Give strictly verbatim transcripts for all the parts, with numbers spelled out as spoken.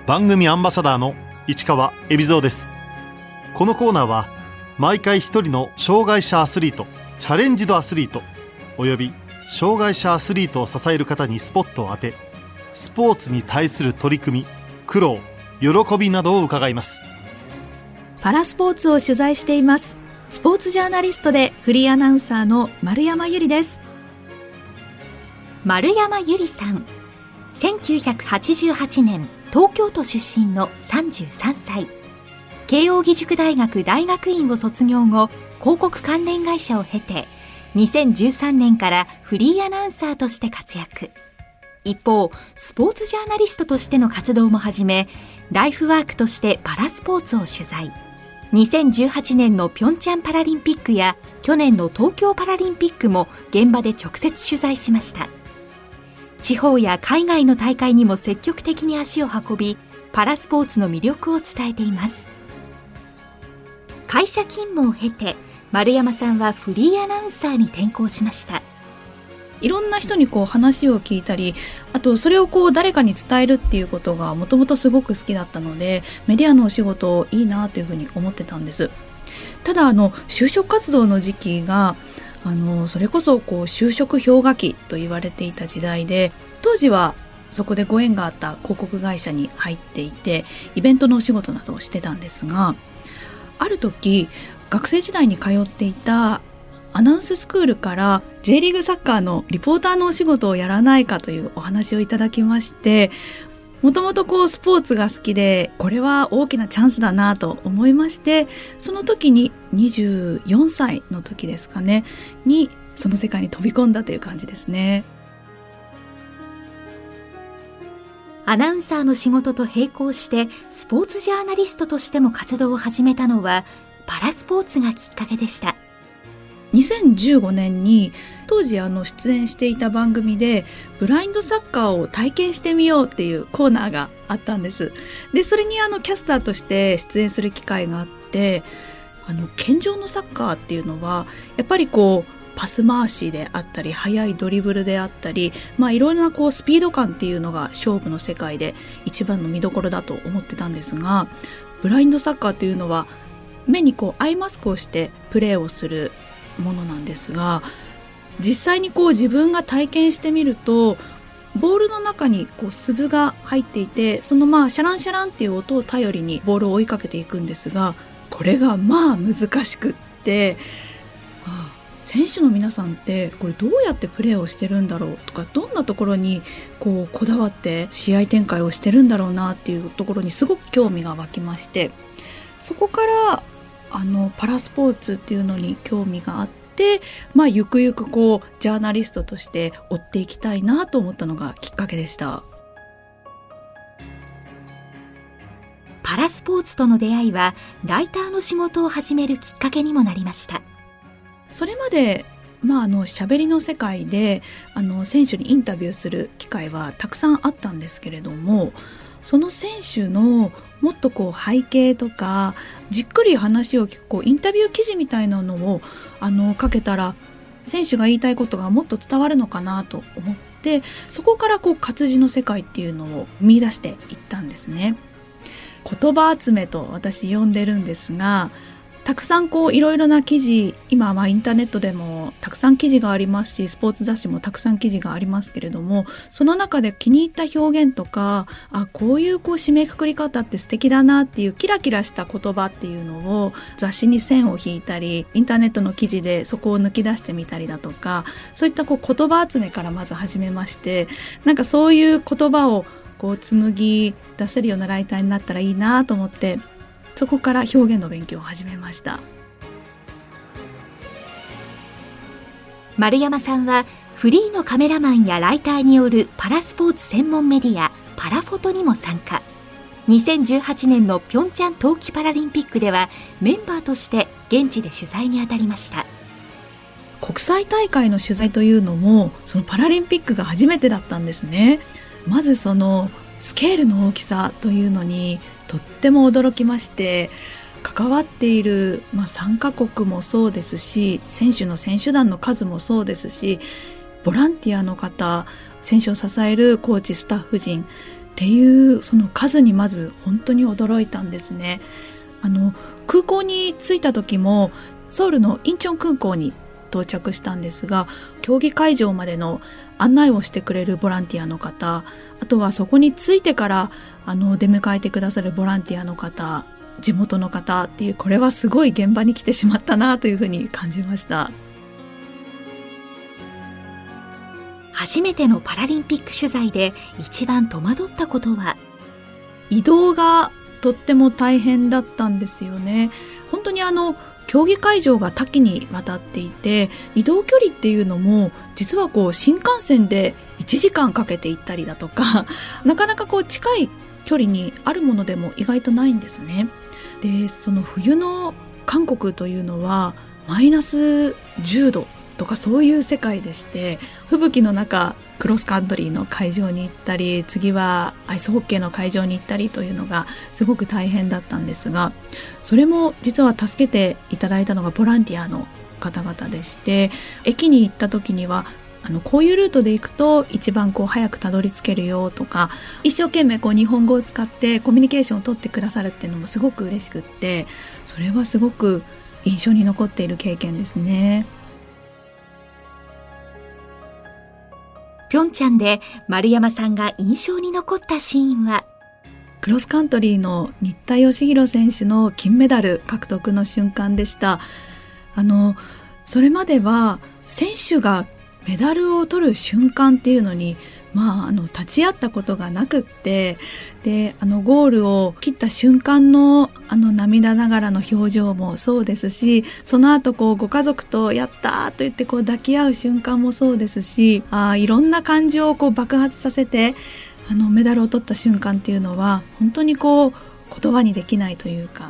番組アンバサダーの市川海老蔵です。このコーナーは毎回一人の障害者アスリート、チャレンジドアスリートおよび障害者アスリートを支える方にスポットを当て、スポーツに対する取り組み、苦労、喜びなどを伺います。 パラスポーツを取材していますスポーツジャーナリストでフリーアナウンサーの丸山由里です。 丸山由里さん、せんきゅうひゃくはちじゅうはちねん東京都出身のさんじゅうさんさい、慶應義塾大学大学院を卒業後、広告関連会社を経てにせんじゅうさんねんからフリーアナウンサーとして活躍。一方、スポーツジャーナリストとしての活動も始め、ライフワークとしてパラスポーツを取材。にせんじゅうはちねんのピョンチャンパラリンピックや去年の東京パラリンピックも現場で直接取材しました。地方や海外の大会にも積極的に足を運び、パラスポーツの魅力を伝えています。会社勤務を経て、丸山さんはフリーアナウンサーに転向しました。 いろんな人にこう話を聞いたり、あとそれをこう誰かに伝えるっていうことがもともとすごく好きだったので、メディアのお仕事いいなというふうに思ってたんです。ただあの就職活動の時期があのそれこそこう就職氷河期と言われていた時代で、当時はそこでご縁があった広告会社に入っていて、イベントのお仕事などをしてたんですが、ある時学生時代に通っていたアナウンススクールから J リーグサッカーのリポーターのお仕事をやらないかというお話をいただきまして、もともとこうスポーツが好きで、これは大きなチャンスだなと思いまして、その時ににじゅうよんさいの時ですかねにその世界に飛び込んだという感じですね。 アナウンサーの仕事と並行してスポーツジャーナリストとしても活動を始めたのはパラスポーツがきっかけでした。 にせんじゅうごねんに当時あの出演していた番組でブラインドサッカーを体験してみようっていうコーナーがあったんです。でそれにあのキャスターとして出演する機会があって、あの健常のサッカーっていうのはやっぱりこうパス回しであったり速いドリブルであったり、まあいろいろなこうスピード感っていうのが勝負の世界で一番の見どころだと思ってたんですが、ブラインドサッカーっていうのは目にこうアイマスクをしてプレーをするものなんですが、実際にこう自分が体験してみると、ボールの中にこう鈴が入っていて、そのまあシャランシャランっていう音を頼りにボールを追いかけていくんですが、これがまあ難しくって、ああ選手の皆さんってこれどうやってプレーをしてるんだろうとか、どんなところにこうこだわって試合展開をしてるんだろうなっていうところにすごく興味が湧きまして、そこからあのパラスポーツっていうのに興味があって、まあゆくゆくこうジャーナリストとして追っていきたいなと思ったのがきっかけでした。 パラスポーツとの出会いはライターの仕事を始めるきっかけにもなりました。 それまでまああの喋りの世界であの選手にインタビューする機会はたくさんあったんですけれども、その選手のもっとこう背景とかじっくり話を聞くこうインタビュー記事みたいなのをあの書けたら選手が言いたいことがもっと伝わるのかなと思って、そこからこう活字の世界っていうのを見出していったんですね。言葉集めと私呼んでるんですが、たくさんこういろいろな記事、今はインターネットでもたくさん記事がありますし、スポーツ雑誌もたくさん記事がありますけれども、その中で気に入った表現とか、あ、こういうこう締めくくり方って素敵だなっていうキラキラした言葉っていうのを雑誌に線を引いたり、インターネットの記事でそこを抜き出してみたりだとか、そういったこう言葉集めからまず始めまして、なんかそういう言葉をこう紡ぎ出せるようなライターになったらいいなと思って、そこから表現の勉強を始めました。 丸山さんはフリーのカメラマンやライターによるパラスポーツ専門メディアパラフォトにも参加。にせんじゅうはちねんのピョンチャン冬季パラリンピックではメンバーとして現地で取材に当たりました。 国際大会の取材というのもそのパラリンピックが初めてだったんですね。まずそのスケールの大きさというのにとっても驚きまして、関わっている、まあ、参加国もそうですし、選手の選手団の数もそうですし、ボランティアの方、選手を支えるコーチスタッフ陣、 っていうその数にまず本当に驚いたんですね。あの空港に着いた時もソウルのインチョン空港に到着したんですが、競技会場までの案内をしてくれるボランティアの方、あとはそこに着いてからあの出迎えてくださるボランティアの方、地元の方っていう、これはすごい現場に来てしまったなというふうに感じました。 初めてのパラリンピック取材で一番戸惑ったことは？ 移動がとっても大変だったんですよね。本当にあの競技会場が多岐にわたっていて、移動距離っていうのも実はこう新幹線でいちじかんかけて行ったりだとか、なかなかこう近い距離にあるものでも意外とないんですね。で、その冬の韓国というのはマイナスじゅうどとかそういう世界でして、吹雪の中クロスカントリーの会場に行ったり、次はアイスホッケーの会場に行ったりというのがすごく大変だったんですが、それも実は助けていただいたのがボランティアの方々でして、駅に行った時にはあのこういうルートで行くと一番こう早くたどり着けるよとか、一生懸命こう日本語を使ってコミュニケーションを取ってくださるっていうのもすごく嬉しくって、それはすごく印象に残っている経験ですね。 ピョンチャンで丸山さんが印象に残ったシーンは、 クロスカントリーの新田佳浩選手の金メダル獲得の瞬間でした。あのそれまでは選手がメダルを取る瞬間っていうのに、まあ、あの立ち会ったことがなくって、であのゴールを切った瞬間のあの涙ながらの表情もそうですし、その後こうご家族とやったと言ってこう抱き合う瞬間もそうですし、あいろんな感情をこう爆発させてあのメダルを取った瞬間っていうのは本当にこう言葉にできないというか。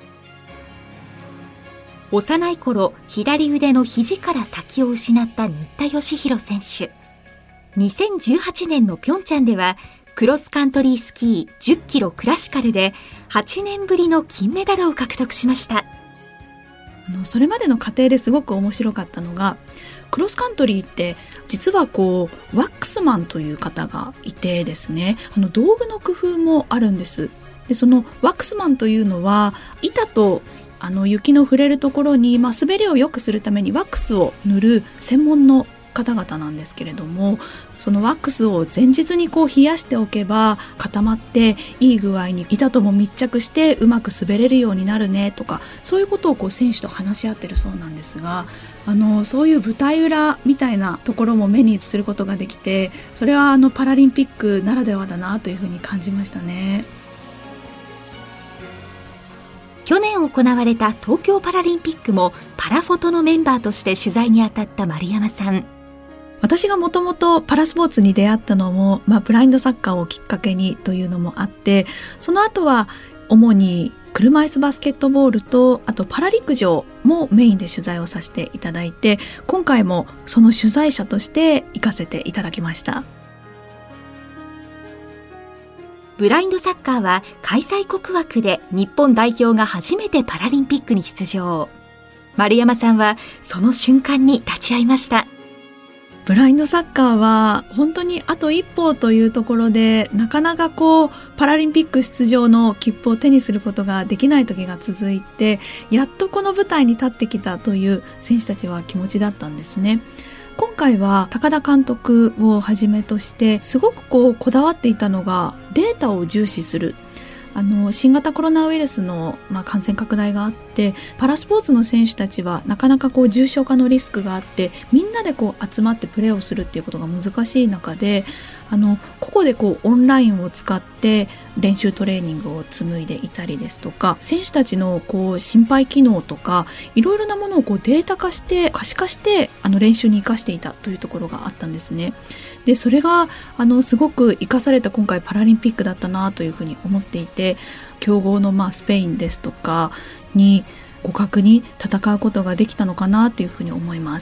幼い頃、左腕の肘から先を失った新田佳浩選手。にせんじゅうはちねんのピョンチャンではクロスカントリースキーじゅっキロクラシカルではちねんぶりの金メダルを獲得しました。 あのそれまでの過程ですごく面白かったのが、クロスカントリーって実はこうワックスマンという方がいてですね、あの道具の工夫もあるんです。でそのワックスマンというのは板とあの雪の触れるところに、まあ、滑りを良くするためにワックスを塗る専門の方々なんですけれども、そのワックスを前日にこう冷やしておけば固まっていい具合に板とも密着してうまく滑れるようになるねとか、そういうことをこう選手と話し合ってるそうなんですが、あのそういう舞台裏みたいなところも目にすることができて、それはあのパラリンピックならではだなというふうに感じましたね。 去年行われた東京パラリンピックもパラフォトのメンバーとして取材に当たった丸山さん。 私がもともとパラスポーツに出会ったのも、まあ、ブラインドサッカーをきっかけにというのもあって、その後は主に車椅子バスケットボールとあとパラ陸上もメインで取材をさせていただいて、今回もその取材者として行かせていただきました。 ブラインドサッカーは開催国枠で日本代表が初めてパラリンピックに出場。丸山さんはその瞬間に立ち会いました。 ブラインドサッカーは本当にあと一歩というところで、なかなかこうパラリンピック出場の切符を手にすることができない時が続いて、やっとこの舞台に立ってきたという選手たちは気持ちだったんですね。今回は高田監督をはじめとしてすごくこうこだわっていたのがデータを重視する。あの新型コロナウイルスの、まあ、感染拡大があって、パラスポーツの選手たちはなかなかこう重症化のリスクがあって、みんなでこう集まってプレーをするっていうことが難しい中で、あの個々でこうオンラインを使って練習トレーニングを紡いでいたりですとか、選手たちのこう心肺機能とかいろいろなものをこうデータ化して可視化してあの練習に生かしていたというところがあったんですね。でそれがあのすごく生かされた今回パラリンピックだったなというふうに思っていて、強豪のまあスペインですとかに互角に戦うことができたのかなというふうに思います。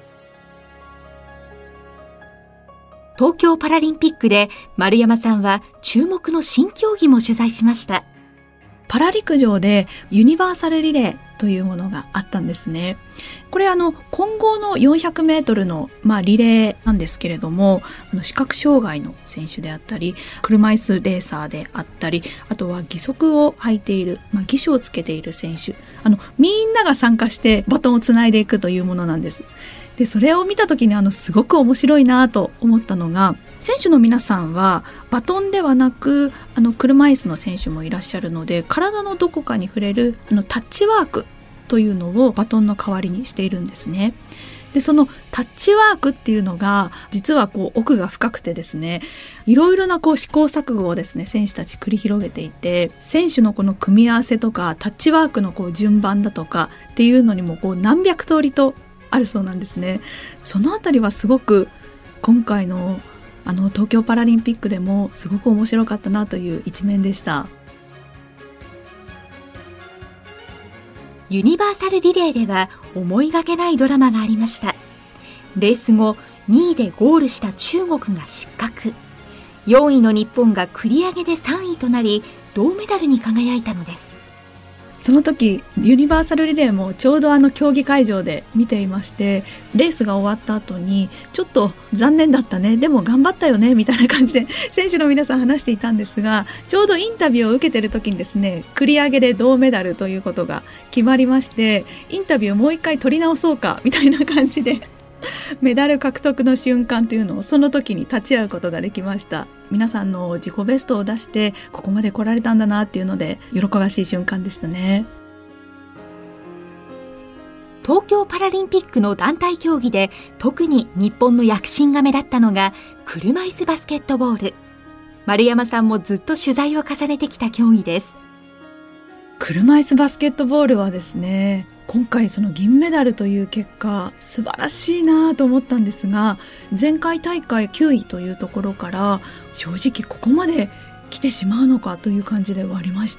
東京パラリンピックで丸山さんは注目の新競技も取材しました。 パラ陸上でユニバーサルリレーというものがあったんですね。これあの混合のよんひゃくメートルの、まあ、リレーなんですけれども、あの視覚障害の選手であったり車椅子レーサーであったり、あとは義足を履いている、まあ、義手をつけている選手、あのみんなが参加してバトンをつないでいくというものなんです。でそれを見た時にあのすごく面白いなと思ったのが、選手の皆さんはバトンではなくあの車椅子の選手もいらっしゃるので、体のどこかに触れるあのタッチワークというのをバトンの代わりにしているんですね。でそのタッチワークっていうのが実はこう奥が深くてですね、いろいろなこう試行錯誤をですね選手たち繰り広げていて、選手のこの組み合わせとかタッチワークのこう順番だとかっていうのにもこう何百通りとあるそうなんですね。そのあたりはすごく今回のあの東京パラリンピックでもすごく面白かったなという一面でした。 ユニバーサルリレーでは思いがけないドラマがありました。レース後にいでゴールした中国が失格、よんいの日本が繰り上げでさんいとなり銅メダルに輝いたのです。 その時ユニバーサルリレーもちょうどあの競技会場で見ていまして、レースが終わった後にちょっと残念だったね、でも頑張ったよねみたいな感じで選手の皆さん話していたんですが、ちょうどインタビューを受けている時にですね、繰り上げで銅メダルということが決まりまして、インタビューをもう一回取り直そうかみたいな感じでメダル獲得の瞬間というのをその時に立ち会うことができました。皆さんの自己ベストを出してここまで来られたんだなっていうので喜ばしい瞬間でしたね。 東京パラリンピックの団体競技で特に日本の躍進が目立ったのが車椅子バスケットボール。丸山さんもずっと取材を重ねてきた競技です。 車椅子バスケットボールはですね、今回その銀メダルという結果素晴らしいなと思ったんですが、前回大会きゅういというところから正直ここまで来てしまうのかという感じではありました。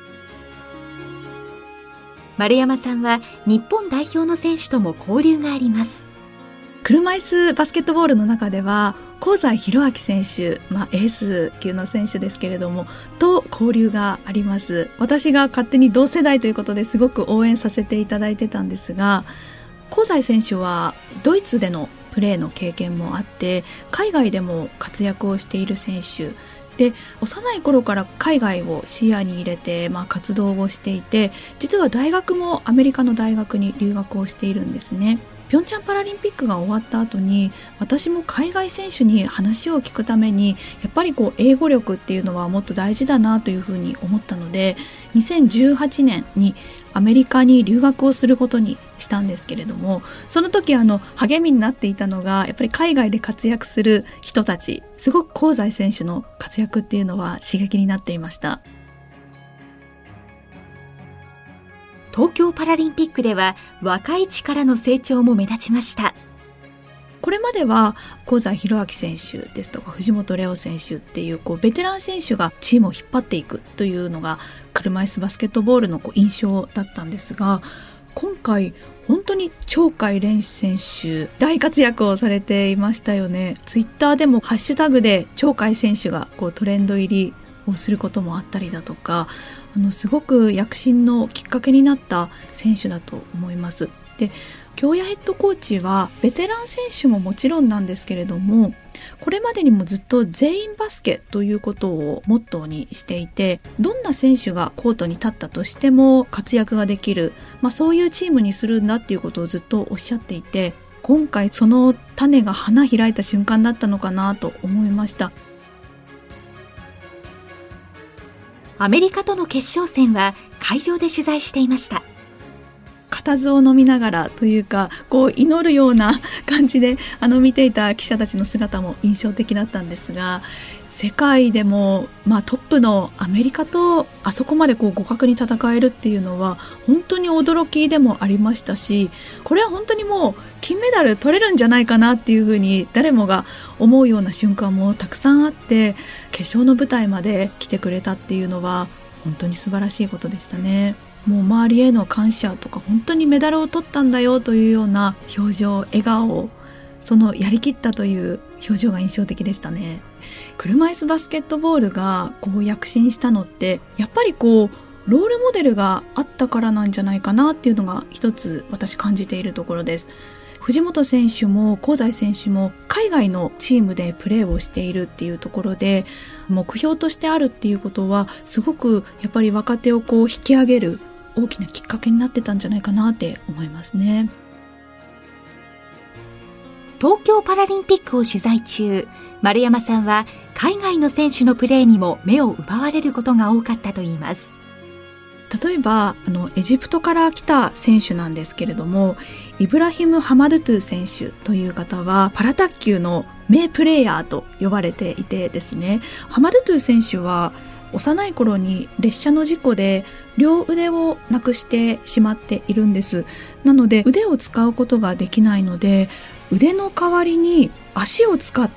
丸山さんは日本代表の選手とも交流があります。 車椅子バスケットボールの中では香西宏昭選手、まあ、エース級の選手ですけれどもと交流があります。私が勝手に同世代ということですごく応援させていただいてたんですが、香西選手はドイツでのプレーの経験もあって海外でも活躍をしている選手で、幼い頃から海外を視野に入れて、まあ、活動をしていて、実は大学もアメリカの大学に留学をしているんですね。ピョンチャンパラリンピックが終わった後に私も海外選手に話を聞くためにやっぱりこう英語力っていうのはもっと大事だなというふうに思ったので、にせんじゅうはちねんにアメリカに留学をすることにしたんですけれども、その時あの励みになっていたのがやっぱり海外で活躍する人たち、すごく香西選手の活躍っていうのは刺激になっていました。 東京パラリンピックでは若い力の成長も目立ちました。 これまでは香西宏昭選手ですとか藤本怜央選手っていう、こうベテラン選手がチームを引っ張っていくというのが車椅子バスケットボールのこう印象だったんですが、今回本当に鳥海連志選手大活躍をされていましたよね。ツイッターでもハッシュタグで鳥海選手がこうトレンド入りをすることもあったりだとか、あのすごく躍進のきっかけになった選手だと思います。で、京谷ヘッドコーチはベテラン選手ももちろんなんですけれども、これまでにもずっと全員バスケということをモットーにしていて、どんな選手がコートに立ったとしても活躍ができる、まあ、そういうチームにするんだっていうことをずっとおっしゃっていて、今回その種が花開いた瞬間だったのかなと思いました。 アメリカとの決勝戦は会場で取材していました。 固唾を飲みながらというか、こう祈るような感じであの見ていた記者たちの姿も印象的だったんですが、世界でも、まあ、トップのアメリカとあそこまでこう互角に戦えるっていうのは本当に驚きでもありましたし、これは本当にもう金メダル取れるんじゃないかなっていうふうに誰もが思うような瞬間もたくさんあって、決勝の舞台まで来てくれたっていうのは本当に素晴らしいことでしたね。もう周りへの感謝とか、本当にメダルを取ったんだよというような表情、笑顔、そのやりきったという表情が印象的でしたね。車椅子バスケットボールがこう躍進したのって、やっぱりこうロールモデルがあったからなんじゃないかなっていうのが一つ私感じているところです。藤本選手も香西選手も海外のチームでプレーをしているっていうところで、目標としてあるっていうことはすごくやっぱり若手をこう引き上げる大きなきっかけになってたんじゃないかなって思いますね。 東京パラリンピックを取材中、丸山さんは海外の選手のプレーにも目を奪われることが多かったといいます。 例えばあのエジプトから来た選手なんですけれども、イブラヒム・ハマドゥトゥ選手という方はパラ卓球の名プレーヤーと呼ばれていてですね、ハマドゥトゥ選手は幼い頃に列車の事故で両腕をなくしてしまっているんです。なので腕を使うことができないので、腕の代わりに足を使って、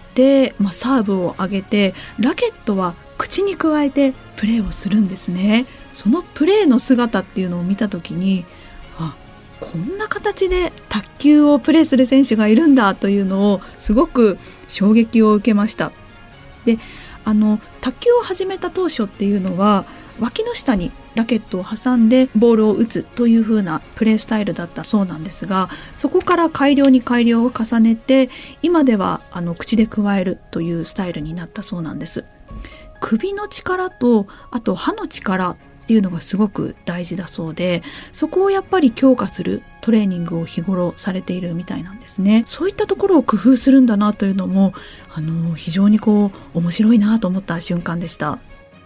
まあ、サーブを上げて、ラケットは口に加えてプレーをするんですね。そのプレーの姿っていうのを見たときに、あ、こんな形で卓球をプレーする選手がいるんだというのをすごく衝撃を受けました。で、あの卓球を始めた当初っていうのは脇の下にラケットを挟んでボールを打つという風なプレースタイルだったそうなんですが、そこから改良に改良を重ねて今ではあの口で加えるというスタイルになったそうなんです。首の力とあと歯の力っていうのがすごく大事だそうで、そこをやっぱり強化するトレーニングを日頃されているみたいなんですね。そういったところを工夫するんだなというのもあの非常にこう面白いなと思った瞬間でした。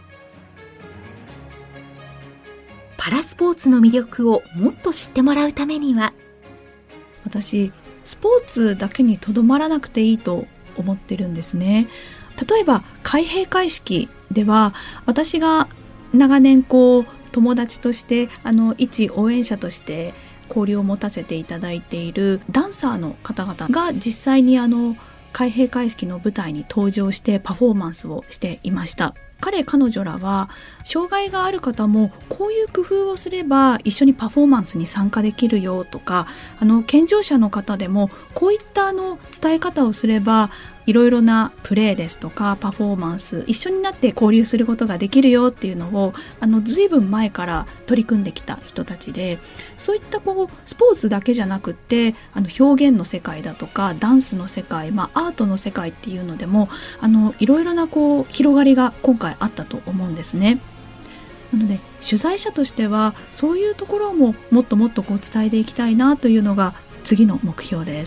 パラスポーツの魅力をもっと知ってもらうためには、 私スポーツだけにとどまらなくていいと思ってるんですね。例えば開閉会式では私が長年こう友達としてあの一応援者として交流を持たせていただいているダンサーの方々が実際にあの開閉会式の舞台に登場してパフォーマンスをしていました。彼彼女らは障害がある方もこういう工夫をすれば一緒にパフォーマンスに参加できるよとか、あの健常者の方でもこういったあの伝え方をすればいろいろなプレーですとかパフォーマンス一緒になって交流することができるよっていうのをあのずいぶん前から取り組んできた人たちで、そういったこうスポーツだけじゃなくってあの表現の世界だとかダンスの世界、まあ、アートの世界っていうのでもあのいろいろなこう広がりが今回あったと思うんですね。なので取材者としてはそういうところももっともっとこう伝えていきたいなというのが次の目標です。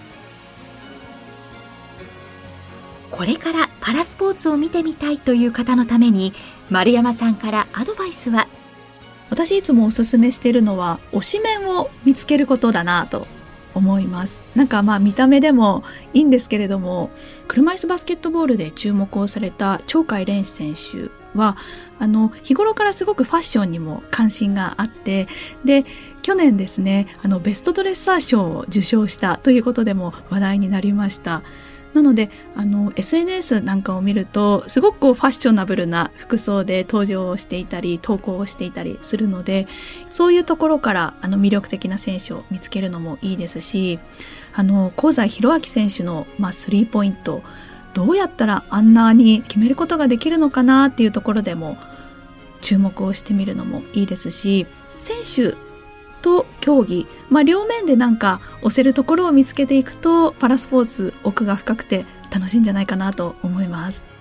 これからパラスポーツを見てみたいという方のために丸山さんからアドバイスは？ 私いつもおすすめしているのは推しメンを見つけることだなと思います。なんかまあ見た目でもいいんですけれども、車椅子バスケットボールで注目をされた鳥海連志選手はあの日頃からすごくファッションにも関心があって、で去年ですねあのベストドレッサー賞を受賞したということでも話題になりました。なのであの エスエヌエス なんかを見るとすごくこうファッショナブルな服装で登場をしていたり投稿をしていたりするので、そういうところからあの魅力的な選手を見つけるのもいいですし、あの香西宏昭選手の、まあ、スリーポイントどうやったらあんなに決めることができるのかなっていうところでも注目をしてみるのもいいですし、選手と競技、まあ、両面でなんか押せるところを見つけていくとパラスポーツ奥が深くて楽しいんじゃないかなと思います。